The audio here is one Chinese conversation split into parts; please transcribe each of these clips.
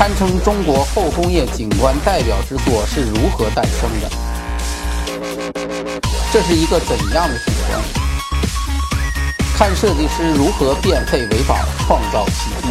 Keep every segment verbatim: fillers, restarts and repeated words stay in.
堪称中国后工业景观代表之作是如何诞生的？这是一个怎样的景观？看设计师如何变废为宝，创造奇迹。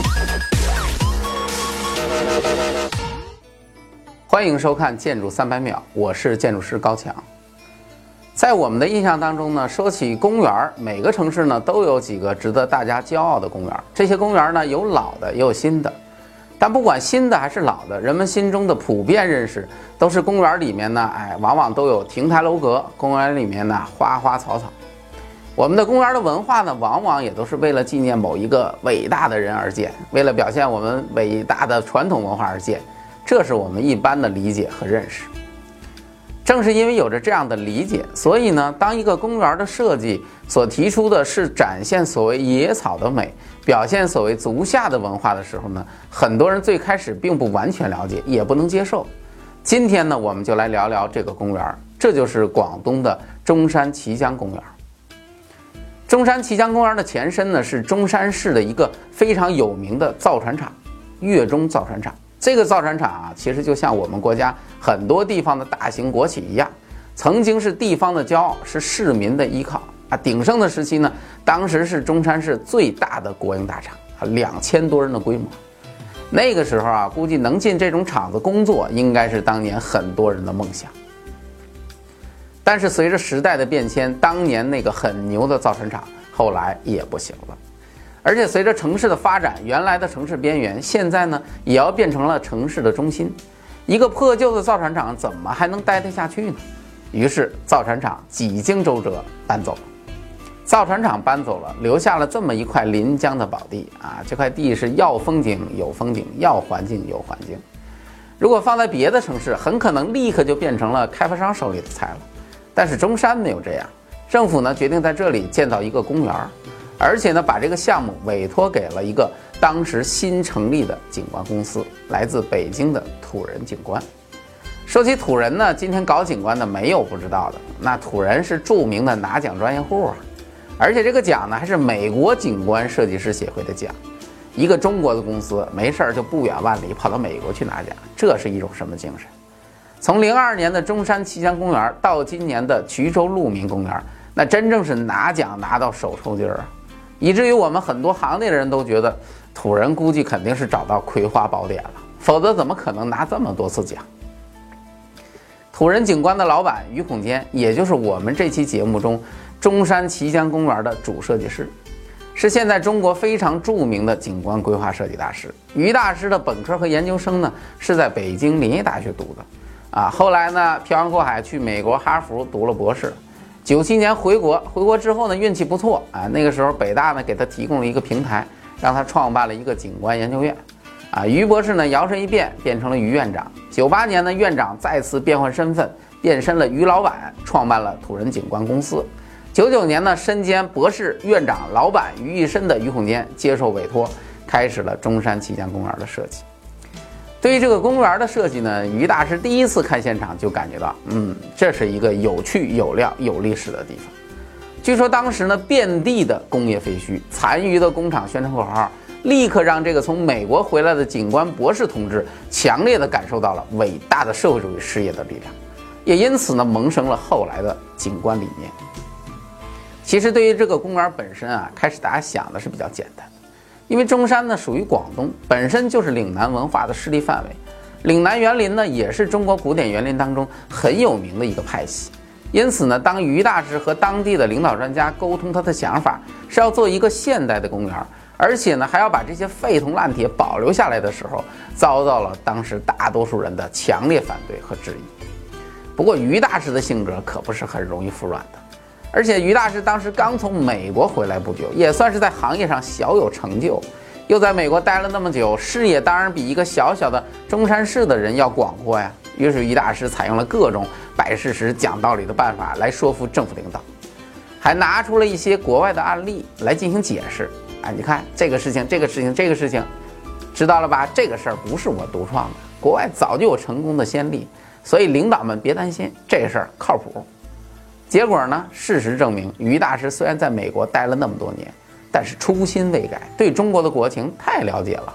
欢迎收看《建筑三百秒》，我是建筑师高强。在我们的印象当中呢，说起公园，每个城市呢都有几个值得大家骄傲的公园。这些公园呢有老的，也有新的。但不管新的还是老的，人们心中的普遍认识都是公园里面呢，哎，往往都有亭台楼阁，公园里面呢花花草草。我们的公园的文化呢，往往也都是为了纪念某一个伟大的人而建，为了表现我们伟大的传统文化而建，这是我们一般的理解和认识。正是因为有着这样的理解，所以呢，当一个公园的设计所提出的是展现所谓野草的美，表现所谓足下的文化的时候呢，很多人最开始并不完全了解，也不能接受。今天呢，我们就来聊聊这个公园，这就是广东的中山旗江公园。中山旗江公园的前身呢，是中山市的一个非常有名的造船厂——粤中造船厂。这个造船厂啊，其实就像我们国家很多地方的大型国企一样，曾经是地方的骄傲，是市民的依靠啊。鼎盛的时期呢，当时是中山市最大的国营大厂，两千多人的规模。那个时候啊，估计能进这种厂子工作，应该是当年很多人的梦想。但是随着时代的变迁，当年那个很牛的造船厂后来也不行了。而且随着城市的发展，原来的城市边缘现在呢也要变成了城市的中心。一个破旧的造船厂怎么还能待得下去呢？于是造船厂几经周折搬走了。造船厂搬走了，留下了这么一块临江的宝地啊！这块地是要风景有风景，要环境有环境。如果放在别的城市，很可能立刻就变成了开发商手里的菜了。但是中山没有这样，政府呢决定在这里建造一个公园。而且呢，把这个项目委托给了一个当时新成立的景观公司，来自北京的土人景观。说起土人呢，今天搞景观的没有不知道的，那土人是著名的拿奖专业户啊，而且这个奖呢还是美国景观设计师协会的奖。一个中国的公司没事儿就不远万里跑到美国去拿奖，这是一种什么精神？从零二年的中山旗江公园到今年的衢州鹿鸣公园，那真正是拿奖拿到手抽筋儿啊！以至于我们很多行内的人都觉得，土人估计肯定是找到葵花宝典了，否则怎么可能拿这么多次奖？土人景观的老板于孔坚，也就是我们这期节目中中山旗江公园的主设计师，是现在中国非常著名的景观规划设计大师。于大师的本科和研究生呢是在北京林业大学读的，啊，后来呢漂洋过海去美国哈佛读了博士。九七年回国，回国之后呢，运气不错啊。那个时候北大呢给他提供了一个平台，让他创办了一个景观研究院。啊，于博士呢摇身一变变成了于院长。九八年呢，院长再次变换身份，变身了于老板，创办了土人景观公司。九九年呢，身兼博士、院长、老板于一身的于孔坚接受委托，开始了中山旗江公园的设计。对于这个公园的设计呢，于大师第一次看现场就感觉到，嗯，这是一个有趣、有料、有历史的地方。据说当时呢，遍地的工业废墟、残余的工厂宣传口号，立刻让这个从美国回来的景观博士同志强烈地感受到了伟大的社会主义事业的力量，也因此呢，萌生了后来的景观理念。其实对于这个公园本身啊，开始大家想的是比较简单。因为中山呢属于广东，本身就是岭南文化的势力范围，岭南园林呢也是中国古典园林当中很有名的一个派系。因此呢，当于大师和当地的领导专家沟通他的想法是要做一个现代的公园，而且呢还要把这些废铜烂铁保留下来的时候，遭到了当时大多数人的强烈反对和质疑。不过于大师的性格可不是很容易服软的。而且于大师当时刚从美国回来不久，也算是在行业上小有成就，又在美国待了那么久，视野当然比一个小小的中山市的人要广阔呀。于是于大师采用了各种摆事实、讲道理的办法来说服政府领导，还拿出了一些国外的案例来进行解释。啊，你看这个事情、这个事情、这个事情，知道了吧？这个事儿不是我独创的，国外早就有成功的先例，所以领导们别担心，这个事儿靠谱。结果呢？事实证明，于大师虽然在美国待了那么多年，但是初心未改，对中国的国情太了解了。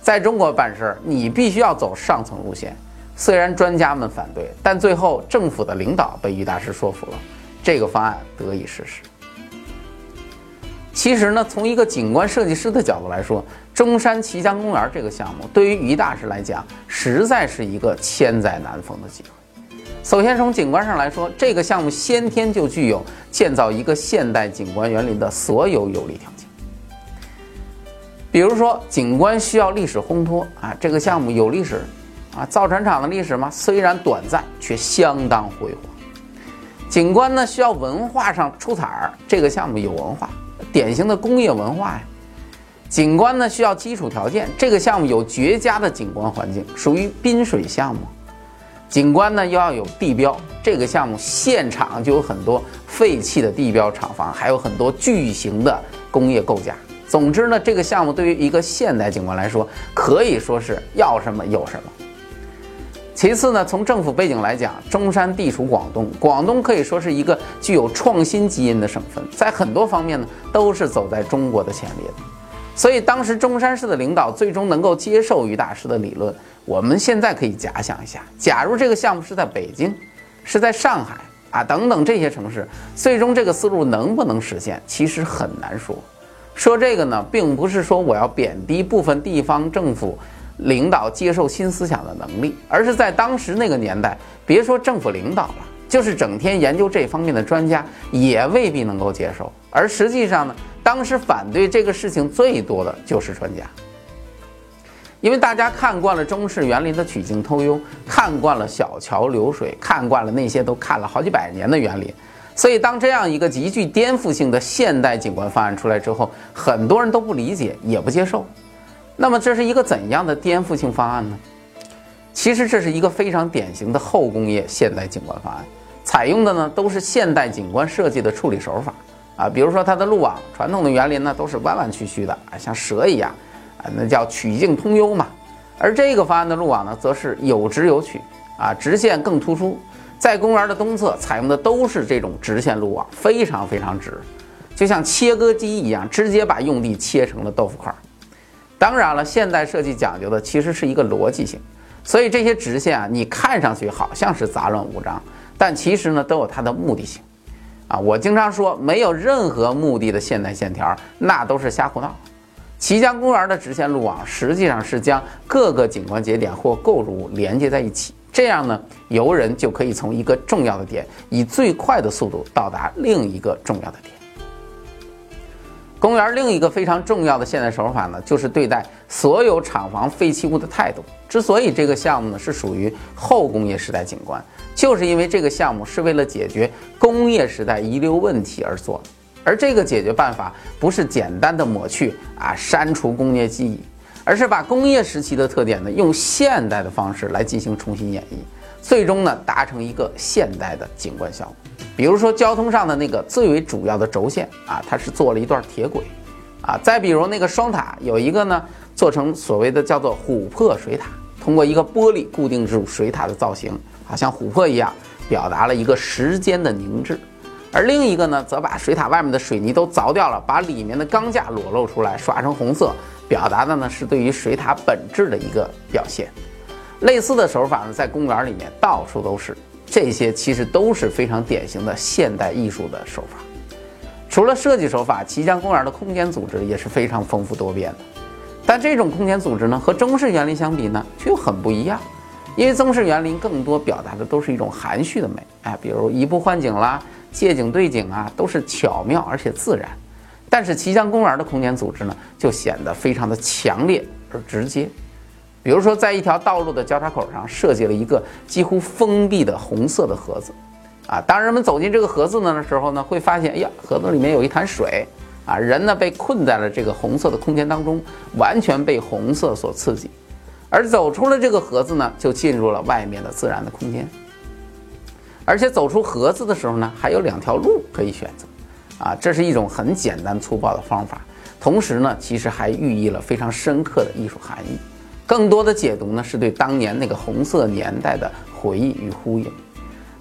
在中国办事儿，你必须要走上层路线。虽然专家们反对，但最后政府的领导被于大师说服了，这个方案得以实施。其实呢，从一个景观设计师的角度来说，中山綦江公园这个项目对于于大师来讲，实在是一个千载难逢的机会。首先从景观上来说，这个项目先天就具有建造一个现代景观园林的所有有利条件。比如说，景观需要历史烘托啊，这个项目有历史啊，造船厂的历史嘛，虽然短暂，却相当辉煌。景观呢需要文化上出彩儿，这个项目有文化，典型的工业文化呀。景观呢需要基础条件，这个项目有绝佳的景观环境，属于滨水项目。景观呢又要有地标，这个项目现场就有很多废弃的地标厂房，还有很多巨型的工业构架。总之呢，这个项目对于一个现代景观来说，可以说是要什么有什么。其次呢，从政府背景来讲，中山地处广东，广东可以说是一个具有创新基因的省份，在很多方面呢都是走在中国的前列的。所以当时中山市的领导最终能够接受于大师的理论。我们现在可以假想一下，假如这个项目是在北京，是在上海啊等等这些城市，最终这个思路能不能实现，其实很难说。说这个呢，并不是说我要贬低部分地方政府领导接受新思想的能力，而是在当时那个年代，别说政府领导了，就是整天研究这方面的专家也未必能够接受。而实际上呢，当时反对这个事情最多的就是专家，因为大家看惯了中式园林的曲径偷幽，看惯了小桥流水，看惯了那些都看了好几百年的园林，所以当这样一个极具颠覆性的现代景观方案出来之后，很多人都不理解，也不接受。那么这是一个怎样的颠覆性方案呢？其实这是一个非常典型的后工业现代景观方案，采用的呢都是现代景观设计的处理手法啊，比如说它的路网，传统的园林呢都是弯弯曲曲的啊，像蛇一样啊，那叫曲径通幽嘛。而这个方案的路网呢，则是有直有曲啊，直线更突出。在公园的东侧采用的都是这种直线路网，非常非常直，就像切割机一样，直接把用地切成了豆腐块。当然了，现代设计讲究的其实是一个逻辑性，所以这些直线啊，你看上去好像是杂乱无章，但其实呢都有它的目的性啊。我经常说，没有任何目的的现代线条，那都是瞎胡闹。綦江公园的直线路网实际上是将各个景观节点或构筑物连接在一起，这样呢，游人就可以从一个重要的点以最快的速度到达另一个重要的点。公园另一个非常重要的现代手法呢，就是对待所有厂房废弃物的态度。之所以这个项目呢是属于后工业时代景观，就是因为这个项目是为了解决工业时代遗留问题而做的。而这个解决办法不是简单的抹去啊删除工业记忆，而是把工业时期的特点呢用现代的方式来进行重新演绎，最终呢达成一个现代的景观效果。比如说交通上的那个最为主要的轴线啊，它是做了一段铁轨啊。再比如那个双塔，有一个呢做成所谓的叫做琥珀水塔，通过一个玻璃固定住水塔的造型，好像琥珀一样，表达了一个时间的凝滞。而另一个呢，则把水塔外面的水泥都凿掉了，把里面的钢架裸露出来，刷成红色，表达的呢是对于水塔本质的一个表现。类似的手法呢，在公园里面到处都是，这些其实都是非常典型的现代艺术的手法。除了设计手法，綦江公园的空间组织也是非常丰富多变的。但这种空间组织呢，和中式园林相比呢，却又很不一样。因为中式园林更多表达的都是一种含蓄的美，哎，比如移步换景啦、借景对景啊，都是巧妙而且自然。但是綦江公园的空间组织呢，就显得非常的强烈而直接。比如说，在一条道路的交叉口上设计了一个几乎封闭的红色的盒子，啊，当人们走进这个盒子呢的时候呢，会发现，哎呀，盒子里面有一潭水，啊，人呢被困在了这个红色的空间当中，完全被红色所刺激。而走出了这个盒子呢，就进入了外面的自然的空间。而且走出盒子的时候呢，还有两条路可以选择，啊，这是一种很简单粗暴的方法，同时呢，其实还寓意了非常深刻的艺术含义。更多的解读呢，是对当年那个红色年代的回忆与呼应。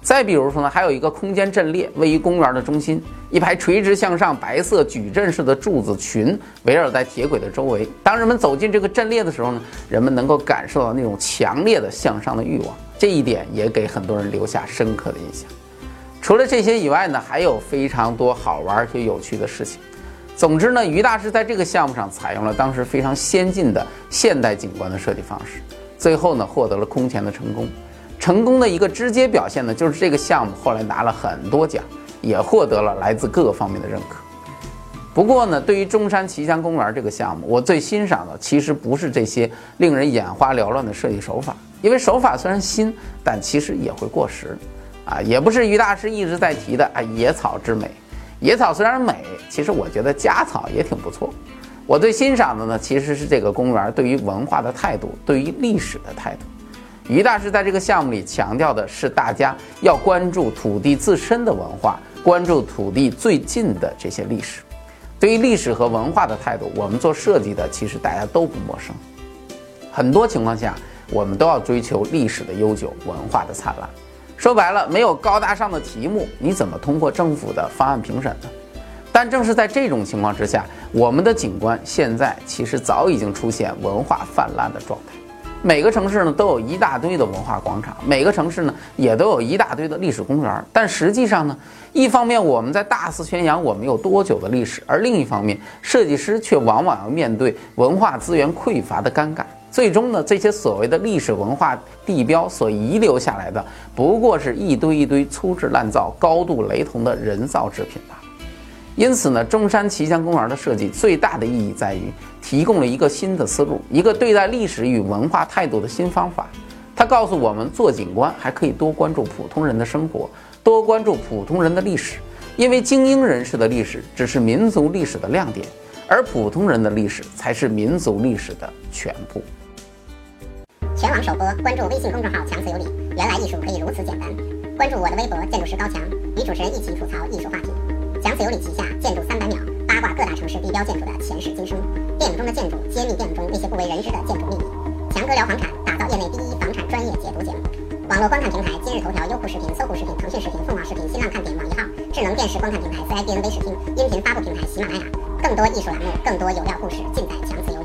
再比如说呢，还有一个空间阵列，位于公园的中心，一排垂直向上、白色矩阵式的柱子群围绕在铁轨的周围。当人们走进这个阵列的时候呢，人们能够感受到那种强烈的向上的欲望，这一点也给很多人留下深刻的印象。除了这些以外呢，还有非常多好玩且有趣的事情。总之呢，于大师在这个项目上采用了当时非常先进的现代景观的设计方式，最后呢获得了空前的成功。成功的一个直接表现呢，就是这个项目后来拿了很多奖，也获得了来自各个方面的认可。不过呢，对于中山旗江公园这个项目，我最欣赏的其实不是这些令人眼花缭乱的设计手法，因为手法虽然新，但其实也会过时啊，也不是于大师一直在提的啊野草之美。野草虽然美，其实我觉得家草也挺不错。我最欣赏的呢，其实是这个公园对于文化的态度，对于历史的态度。于大师在这个项目里强调的是，大家要关注土地自身的文化，关注土地最近的这些历史。对于历史和文化的态度，我们做设计的其实大家都不陌生。很多情况下，我们都要追求历史的悠久，文化的灿烂。说白了，没有高大上的题目，你怎么通过政府的方案评审呢？但正是在这种情况之下，我们的景观现在其实早已经出现文化泛滥的状态。每个城市呢都有一大堆的文化广场，每个城市呢也都有一大堆的历史公园。但实际上呢，一方面我们在大肆宣扬我们有多久的历史，而另一方面，设计师却往往要面对文化资源匮乏的尴尬。最终呢，这些所谓的历史文化地标所遗留下来的，不过是一堆一堆粗制滥造、高度雷同的人造制品罢了。因此呢，中山旗江公园的设计最大的意义在于提供了一个新的思路，一个对待历史与文化态度的新方法。它告诉我们，做景观还可以多关注普通人的生活，多关注普通人的历史，因为精英人士的历史只是民族历史的亮点，而普通人的历史才是民族历史的全部。 全网首播，关注微信公众号“强词有理”，原来艺术可以如此简单。关注我的微博“建筑师高强”，与主持人一起吐槽艺术话题。强词有理旗下建筑三百秒，八卦各大城市地标建筑的前世今生，电影中的建筑揭秘电影中那些不为人知的建筑秘密。强哥聊房产，打造业内第一房产专业解读节目。网络观看平台今日头条、优酷视频、搜狐视频、腾讯视频、凤凰视频、新浪看点、网易号；智能电视观看平台 C I B N V 视听；音频发布平台喜马拉雅。更多艺术栏目，更多有料故事，尽在强词有理。